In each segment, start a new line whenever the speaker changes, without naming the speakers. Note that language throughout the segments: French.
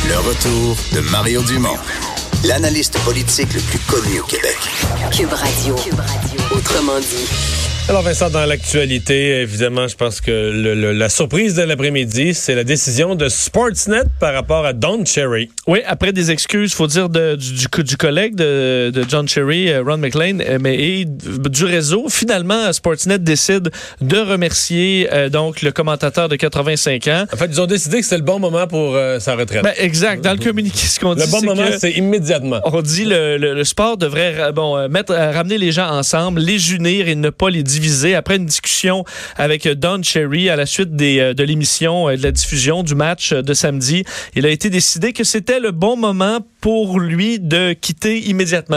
Le retour de Mario Dumont, l'analyste politique le plus connu au Québec.
Cube Radio. Autrement dit.
Alors Vincent, dans l'actualité, évidemment, je pense que la surprise de l'après-midi, c'est la décision de Sportsnet par rapport à Don Cherry.
Oui, après des excuses, faut dire du collègue de John Cherry, Ron McLean, et du réseau. Finalement, Sportsnet décide de remercier donc le commentateur de 85 ans.
En fait, ils ont décidé que c'était le bon moment pour sa retraite.
Ben, exact. Dans le communiqué, ce qu'on dit,
le bon moment, c'est immédiatement.
On dit le sport devrait ramener les gens ensemble, les unir et ne pas les divisé. Après une discussion avec Don Cherry à la suite de l'émission de la diffusion du match de samedi, il a été décidé que c'était le bon moment pour lui de quitter immédiatement.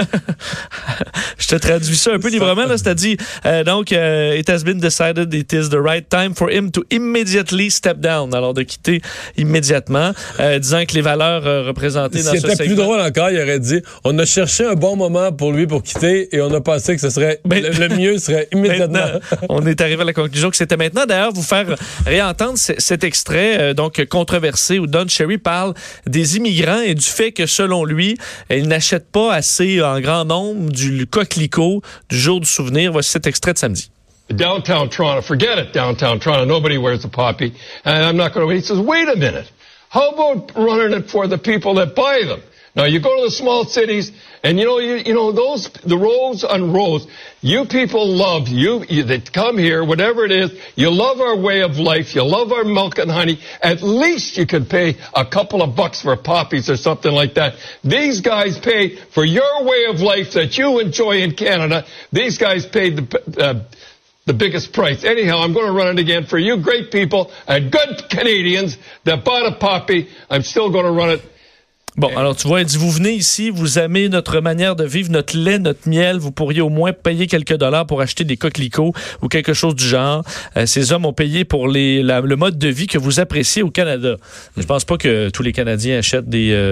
Je te traduis ça un peu librement, là, c'est-à-dire it has been decided it is the right time for him to immediately step down, alors de quitter immédiatement, disant que les valeurs représentées dans ce segment...
C'était plus drôle encore, il aurait dit, on a cherché un bon moment pour lui pour quitter et on a pensé que ce serait le mieux serait immédiatement.
Maintenant, on est arrivé à la conclusion que c'était maintenant. D'ailleurs, vous faire réentendre cet extrait controversé où Don Cherry parle des immigrants et du fait que, selon lui, ils n'achètent pas assez en grand nombre du coquelicot du jour du souvenir. Voici cet extrait de samedi.
Downtown Toronto, forget it, downtown Toronto, nobody wears a poppy, and I'm not going to... He says, wait a minute, how about running it for the people that buy them? Now, you go to the small cities, and you know the rows and rows, you people love, that come here, whatever it is, you love our way of life, you love our milk and honey, at least you could pay a couple of bucks for poppies or something like that. These guys pay for your way of life that you enjoy in Canada. These guys paid the biggest price. Anyhow, I'm going to run it again for you great people and good Canadians that bought a poppy. I'm still going to run it.
Bon, alors tu vois, il dit, vous venez ici, vous aimez notre manière de vivre, notre lait, notre miel, vous pourriez au moins payer quelques dollars pour acheter des coquelicots ou quelque chose du genre. Ces hommes ont payé pour le mode de vie que vous appréciez au Canada. Je pense pas que tous les Canadiens achètent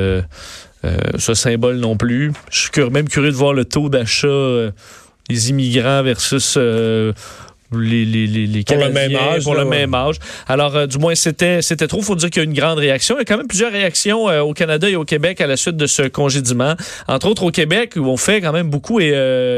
ce symbole non plus. Je suis même curieux de voir le taux d'achat des immigrants versus... les Canadiens, pour le même âge. Alors, du moins, c'était trop. Faut dire qu'il y a une grande réaction. Il y a quand même plusieurs réactions au Canada et au Québec à la suite de ce congédiement. Entre autres, au Québec, où on fait quand même beaucoup. Et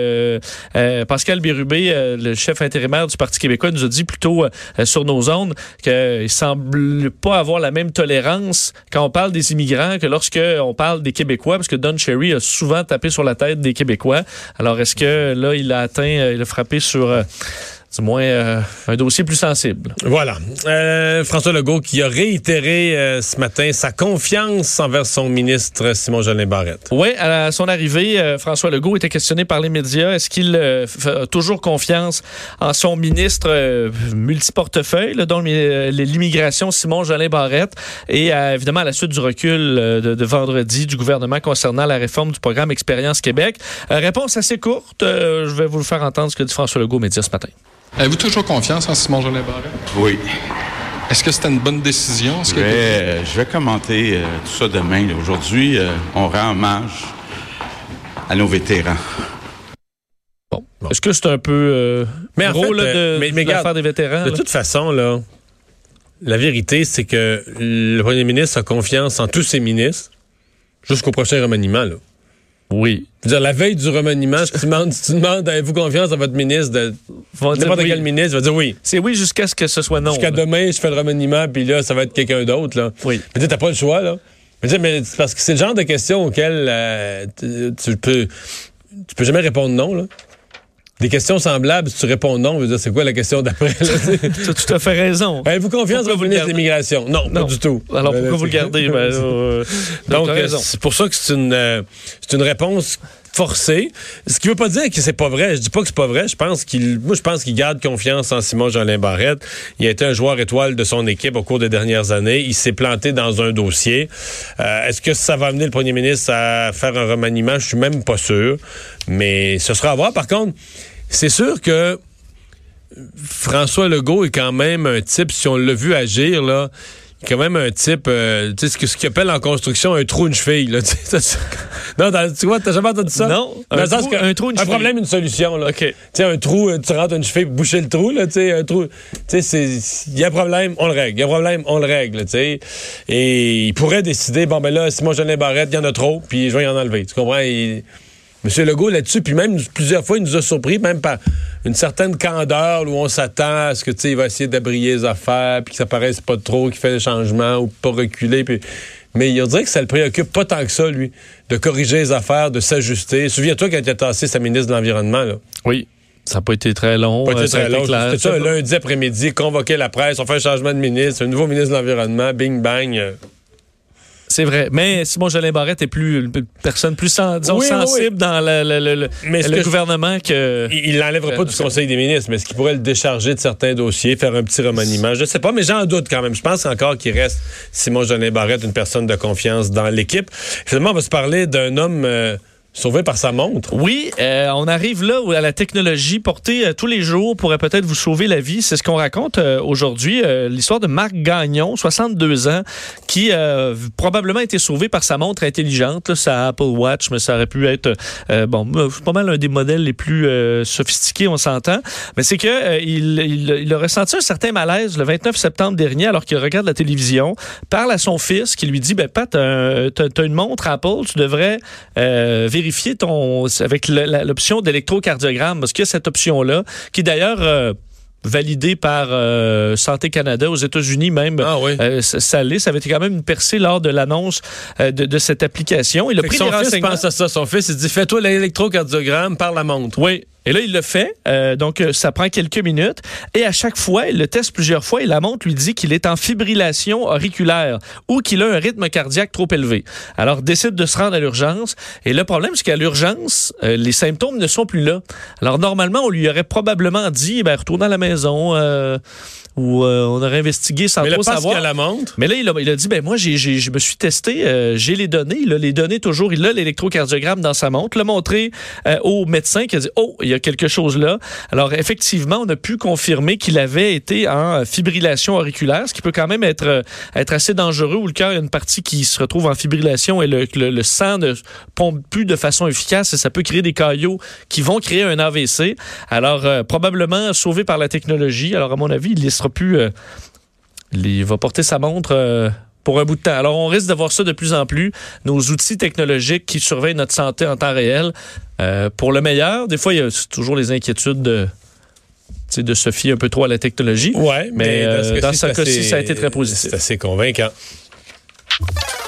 Pascal Bérubé, le chef intérimaire du Parti québécois, nous a dit plutôt sur nos ondes qu'il semble pas avoir la même tolérance quand on parle des immigrants que lorsque on parle des Québécois, parce que Don Cherry a souvent tapé sur la tête des Québécois. Alors, est-ce que là, il a frappé sur... du moins un dossier plus sensible.
Voilà. François Legault qui a réitéré ce matin sa confiance envers son ministre Simon-Jolin Barrette.
Oui, à son arrivée, François Legault était questionné par les médias. Est-ce qu'il a toujours confiance en son ministre multiportefeuille, dont l'immigration Simon-Jolin Barrette, et évidemment à la suite du recul de vendredi du gouvernement concernant la réforme du programme Expérience Québec. Réponse assez courte. Je vais vous le faire entendre ce que dit François Legault aux médias ce matin.
Avez-vous toujours confiance en Simon-Jolin Barrette?
Oui.
Est-ce que c'était une bonne décision?
Je vais commenter tout ça demain. Aujourd'hui, on rend hommage à nos vétérans.
Bon. Est-ce que c'est un peu drôle de l'affaire des vétérans?
De toute façon, là, la vérité, c'est que le premier ministre a confiance en tous ses ministres jusqu'au prochain remaniement, là.
Oui.
Je veux dire, la veille du remaniement, si tu demandes avez-vous confiance en votre ministre, n'importe quel ministre va dire oui.
C'est oui jusqu'à ce que ce soit non.
Jusqu'à demain, je fais le remaniement, puis là, ça va être quelqu'un d'autre. Là.
Oui.
Mais t'as pas le choix, là. Mais c'est parce que c'est le genre de questions auxquelles tu peux jamais répondre non, là. Des questions semblables, si tu réponds non, je veux dire, c'est quoi la question d'après? Tu
as tout à fait raison.
Avez-vous confiance en votre ministre de l'Immigration? Non, pas du tout.
Alors pourquoi vous le gardez?
Donc, c'est pour ça que c'est une réponse forcée. Ce qui veut pas dire que c'est pas vrai. Je dis pas que c'est pas vrai. Je pense qu'il garde confiance en Simon-Jolin Barrette. Il a été un joueur étoile de son équipe au cours des dernières années. Il s'est planté dans un dossier. Est-ce que ça va amener le premier ministre à faire un remaniement? Je suis même pas sûr. Mais ce sera à voir. Par contre, c'est sûr que François Legault est quand même un type, si on l'a vu agir, là, quand même un type, tu sais, ce qu'il appelle en construction un trou, une cheville, là. Non, tu vois, t'as jamais entendu ça?
Non.
Un trou, une cheville. Un problème, une solution, là.
OK.
Tu sais, un trou, tu rentres une cheville pour boucher le trou, là, tu sais, un trou. Tu sais, il y a un problème, on le règle. Il y a un problème, on le règle, tu sais. Et il pourrait décider, bon, ben là, Simon-Jolin Barrette, il y en a trop, puis je vais y en enlever. Tu comprends? M. Legault, là-dessus, puis même plusieurs fois, il nous a surpris, même par une certaine candeur où on s'attend à ce que, tu sais, il va essayer d'abrier les affaires, puis que ça paraisse pas trop, qu'il fait des changements ou pas reculer. Puis... Mais on dirait que ça le préoccupe pas tant que ça, lui, de corriger les affaires, de s'ajuster. Souviens-toi quand il a tassé sa ministre de l'Environnement, là.
Oui. Ça n'a pas été très long.
Pas été très long. C'était ça, un lundi après-midi, convoquer la presse, on fait un changement de ministre, un nouveau ministre de l'Environnement, bing, bang.
C'est vrai. Mais Simon-Jolin Barrette est une personne plus sensible dans le gouvernement que...
Il l'enlèvera pas du Conseil des ministres, mais est-ce qu'il pourrait le décharger de certains dossiers, faire un petit remaniement? Je ne sais pas, mais j'en doute quand même. Je pense encore qu'il reste Simon-Jolin Barrette une personne de confiance dans l'équipe. Finalement, on va se parler d'un homme... sauvé par sa montre.
Oui, on arrive là où à la technologie portée tous les jours pourrait peut-être vous sauver la vie. C'est ce qu'on raconte aujourd'hui. L'histoire de Marc Gagnon, 62 ans, qui probablement a été sauvé par sa montre intelligente, là, sa Apple Watch, mais ça aurait pu être pas mal un des modèles les plus sophistiqués, on s'entend. Mais c'est que il a ressenti un certain malaise le 29 septembre dernier alors qu'il regarde la télévision, parle à son fils qui lui dit Pat, t'as une montre Apple, tu devrais vérifier avec l'option d'électrocardiogramme, parce qu'il y a cette option-là, qui est d'ailleurs validée par Santé Canada aux États-Unis même.
Ah oui.
Ça avait été quand même une percée lors de l'annonce de cette application. Il a pris
son fils pense à ça. Son fils, il dit, fais-toi l'électrocardiogramme par la montre.
Oui. Et là, il le fait. Donc, ça prend quelques minutes. Et à chaque fois, il le teste plusieurs fois et la montre lui dit qu'il est en fibrillation auriculaire ou qu'il a un rythme cardiaque trop élevé. Alors, décide de se rendre à l'urgence. Et le problème, c'est qu'à l'urgence, les symptômes ne sont plus là. Alors, normalement, on lui aurait probablement dit, retourne à la maison, où on aurait investigué sans trop savoir.
Mais la montre.
Mais là, il a dit, moi, je me suis testé, j'ai les données. Il a les données toujours. Il a l'électrocardiogramme dans sa montre. L'a montré au médecin qui a dit, il y a quelque chose là. Alors, effectivement, on a pu confirmer qu'il avait été en fibrillation auriculaire, ce qui peut quand même être assez dangereux, où le cœur a une partie qui se retrouve en fibrillation et le sang ne pompe plus de façon efficace et ça peut créer des caillots qui vont créer un AVC. Alors, probablement sauvé par la technologie. Alors, à mon avis, il va porter sa montre... pour un bout de temps. Alors, on risque de voir ça de plus en plus. Nos outils technologiques qui surveillent notre santé en temps réel. Pour le meilleur, des fois, il y a toujours les inquiétudes de se fier un peu trop à la technologie.
Oui,
mais dans ce cas-ci, ça a été très positif.
C'est assez convaincant.